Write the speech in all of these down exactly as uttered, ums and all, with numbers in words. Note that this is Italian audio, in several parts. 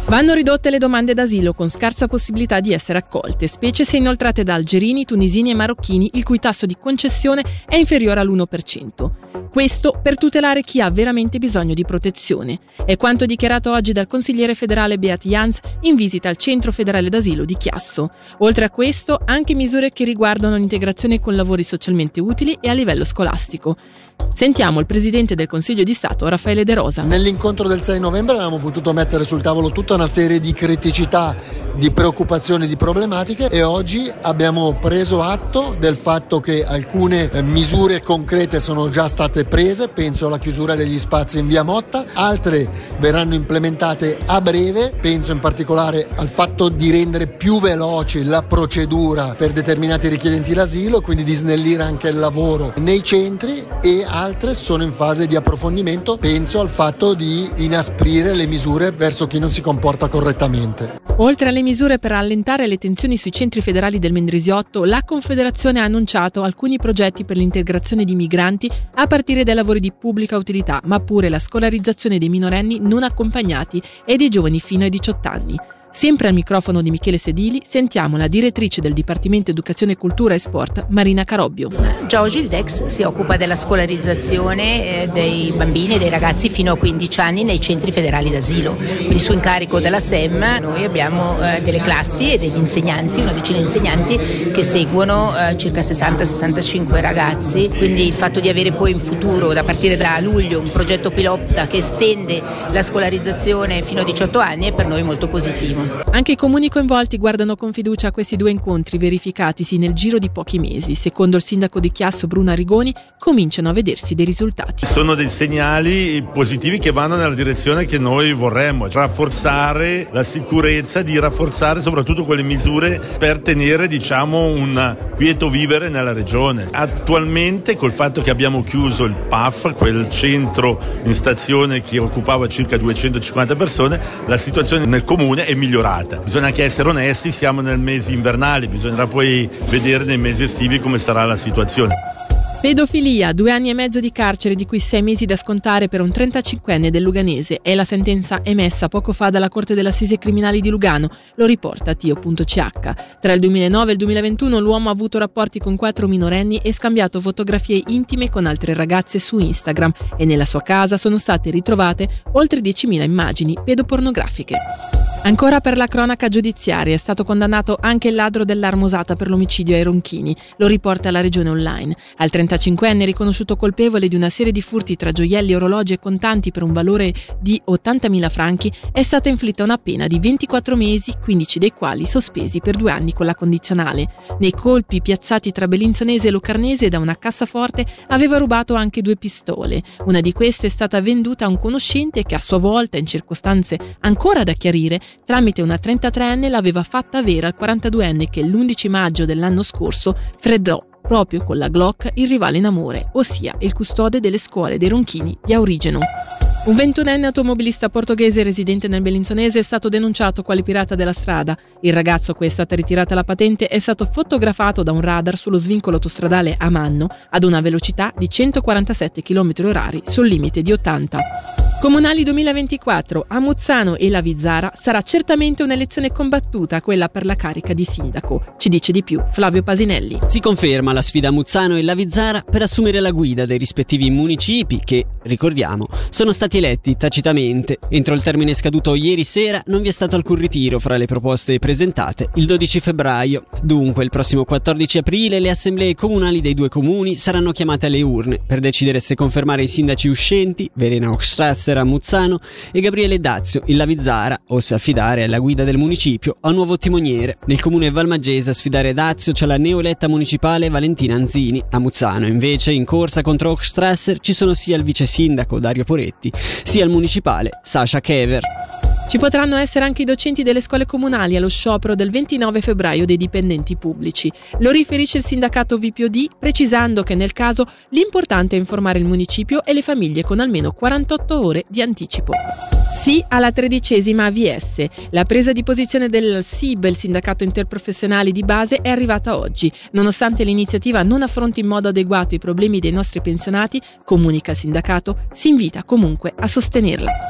Vanno ridotte le domande d'asilo con scarsa possibilità di essere accolte, specie se inoltrate da algerini, tunisini e marocchini, il cui tasso di concessione è inferiore all'uno per cento. Questo per tutelare chi ha veramente bisogno di protezione. È quanto dichiarato oggi dal consigliere federale Beat Jans in visita al Centro Federale d'Asilo di Chiasso. Oltre a questo, anche misure che riguardano l'integrazione con lavori socialmente utili e a livello scolastico. Sentiamo il presidente del Consiglio di Stato, Raffaele De Rosa. Nell'incontro del sei novembre avevamo potuto mettere sul tavolo tutta una serie di criticità, di preoccupazioni, di problematiche e oggi abbiamo preso atto del fatto che alcune misure concrete sono già state prese, penso alla chiusura degli spazi in via Motta, altre verranno implementate a breve, penso in particolare al fatto di rendere più veloce la procedura per determinati richiedenti l'asilo, quindi di snellire anche il lavoro nei centri, e altre sono in fase di approfondimento, penso al fatto di inasprire le misure verso chi non si comporta correttamente. Oltre alle misure per allentare le tensioni sui centri federali del Mendrisiotto, la Confederazione ha annunciato alcuni progetti per l'integrazione di migranti a partire dai lavori di pubblica utilità, ma pure la scolarizzazione dei minorenni non accompagnati e dei giovani fino ai diciotto anni. Sempre al microfono di Michele Sedili sentiamo la direttrice del Dipartimento Educazione, Cultura e Sport, Marina Carobbio. Già oggi il D E X si occupa della scolarizzazione eh, dei bambini e dei ragazzi fino a quindici anni nei centri federali d'asilo. Quindi su incarico della S E M noi abbiamo eh, delle classi e degli insegnanti, una decina di insegnanti che seguono eh, circa sessanta sessantacinque ragazzi. Quindi il fatto di avere poi in futuro, da partire da luglio, un progetto pilota che estende la scolarizzazione fino a diciotto anni è per noi molto positivo. Anche i comuni coinvolti guardano con fiducia a questi due incontri verificatisi nel giro di pochi mesi. Secondo il sindaco di Chiasso, Bruno Arrigoni, cominciano a vedersi dei risultati. Sono dei segnali positivi che vanno nella direzione che noi vorremmo, rafforzare la sicurezza, di rafforzare soprattutto quelle misure per tenere, diciamo, un quieto vivere nella regione. Attualmente, col fatto che abbiamo chiuso il P A F, quel centro in stazione che occupava circa duecentocinquanta persone, la situazione nel comune è migliorata. Bisogna anche essere onesti, siamo nel mese invernale, bisognerà poi vedere nei mesi estivi come sarà la situazione. Pedofilia, due anni e mezzo di carcere di cui sei mesi da scontare per un trentacinquenne del Luganese. È la sentenza emessa poco fa dalla Corte dell'Assise Criminali di Lugano, lo riporta Tio punto C H. Tra il duemilanove e il duemilaventuno l'uomo ha avuto rapporti con quattro minorenni e scambiato fotografie intime con altre ragazze su Instagram e nella sua casa sono state ritrovate oltre diecimila immagini pedopornografiche. Ancora per la cronaca giudiziaria, è stato condannato anche il ladro dell'Armosata per l'omicidio ai Ronchini, lo riporta la Regione Online. Al trentacinquenne riconosciuto colpevole di una serie di furti tra gioielli, orologi e contanti per un valore di ottantamila franchi, è stata inflitta una pena di ventiquattro mesi, quindici dei quali sospesi per due anni con la condizionale. Nei colpi piazzati tra Bellinzonese e Locarnese da una cassaforte aveva rubato anche due pistole. Una di queste è stata venduta a un conoscente che a sua volta, in circostanze ancora da chiarire, tramite una trentatreenne l'aveva fatta vera al quarantaduenne che l'undici maggio dell'anno scorso freddò proprio con la Glock il rivale in amore, ossia il custode delle scuole dei Ronchini di Aurigeno. Un ventunenne automobilista portoghese residente nel Bellinzonese è stato denunciato quale pirata della strada. Il ragazzo a cui è stata ritirata la patente è stato fotografato da un radar sullo svincolo autostradale a Manno ad una velocità di centoquarantasette chilometri orari sul limite di ottanta. Comunali duemilaventiquattro, a Muzzano e Lavizzara sarà certamente un'elezione combattuta quella per la carica di sindaco. Ci dice di più Flavio Pasinelli. Si conferma la sfida a Muzzano e Lavizzara per assumere la guida dei rispettivi municipi che, ricordiamo, sono stati eletti tacitamente. Entro il termine scaduto ieri sera non vi è stato alcun ritiro fra le proposte presentate il dodici febbraio. Dunque il prossimo quattordici aprile le assemblee comunali dei due comuni saranno chiamate alle urne per decidere se confermare i sindaci uscenti, Verena Hochstrasser a Muzzano e Gabriele Dazio in Lavizzara, o se affidare alla guida del municipio a un nuovo timoniere. Nel comune Valmaggese a sfidare Dazio c'è la neoeletta municipale Valentina Anzini. A Muzzano invece in corsa contro Hochstrasser ci sono sia il vice sindaco Dario Poretti sia il municipale Sasha Kever. Ci potranno essere anche i docenti delle scuole comunali allo sciopero del ventinove febbraio dei dipendenti pubblici. Lo riferisce il sindacato V P O D, precisando che nel caso l'importante è informare il municipio e le famiglie con almeno quarantotto ore di anticipo. Sì alla tredicesima A V S. La presa di posizione del S I B, il sindacato interprofessionale di base, è arrivata oggi. Nonostante l'iniziativa non affronti in modo adeguato i problemi dei nostri pensionati, comunica il sindacato, si invita comunque a sostenerla.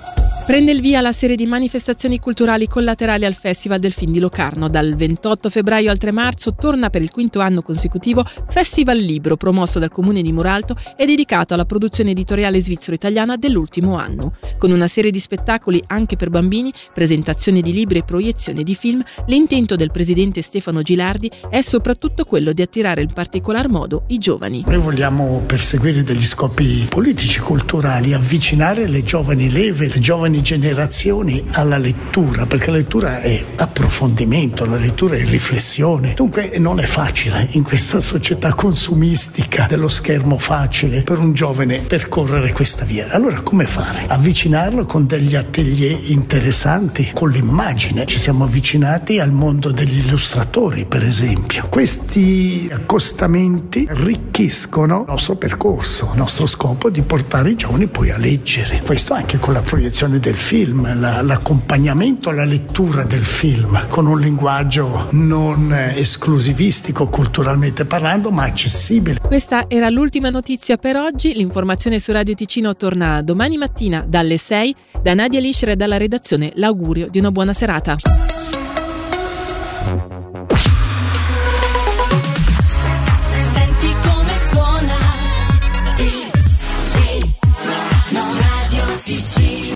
Prende il via la serie di manifestazioni culturali collaterali al Festival del Film di Locarno. Dal ventotto febbraio al tre marzo torna per il quinto anno consecutivo Festival Libro, promosso dal Comune di Muralto e dedicato alla produzione editoriale svizzero-italiana dell'ultimo anno. Con una serie di spettacoli anche per bambini, presentazione di libri e proiezione di film, l'intento del presidente Stefano Gilardi è soprattutto quello di attirare in particolar modo i giovani. Noi vogliamo perseguire degli scopi politici, culturali, avvicinare le giovani leve, le giovani generazioni alla lettura, perché la lettura è approfondimento, la lettura è riflessione. Dunque non è facile in questa società consumistica dello schermo facile per un giovane percorrere questa via. Allora come fare? Avvicinarlo con degli atelier interessanti, con l'immagine. Ci siamo avvicinati al mondo degli illustratori, per esempio. Questi accostamenti arricchiscono il nostro percorso, il nostro scopo di portare i giovani poi a leggere. Questo anche con la proiezione del film, la, l'accompagnamento alla lettura del film con un linguaggio non esclusivistico culturalmente parlando, ma accessibile. Questa era l'ultima notizia per oggi. L'informazione su Radio Ticino torna domani mattina dalle sei. Da Nadia Lischer e dalla redazione l'augurio di una buona serata.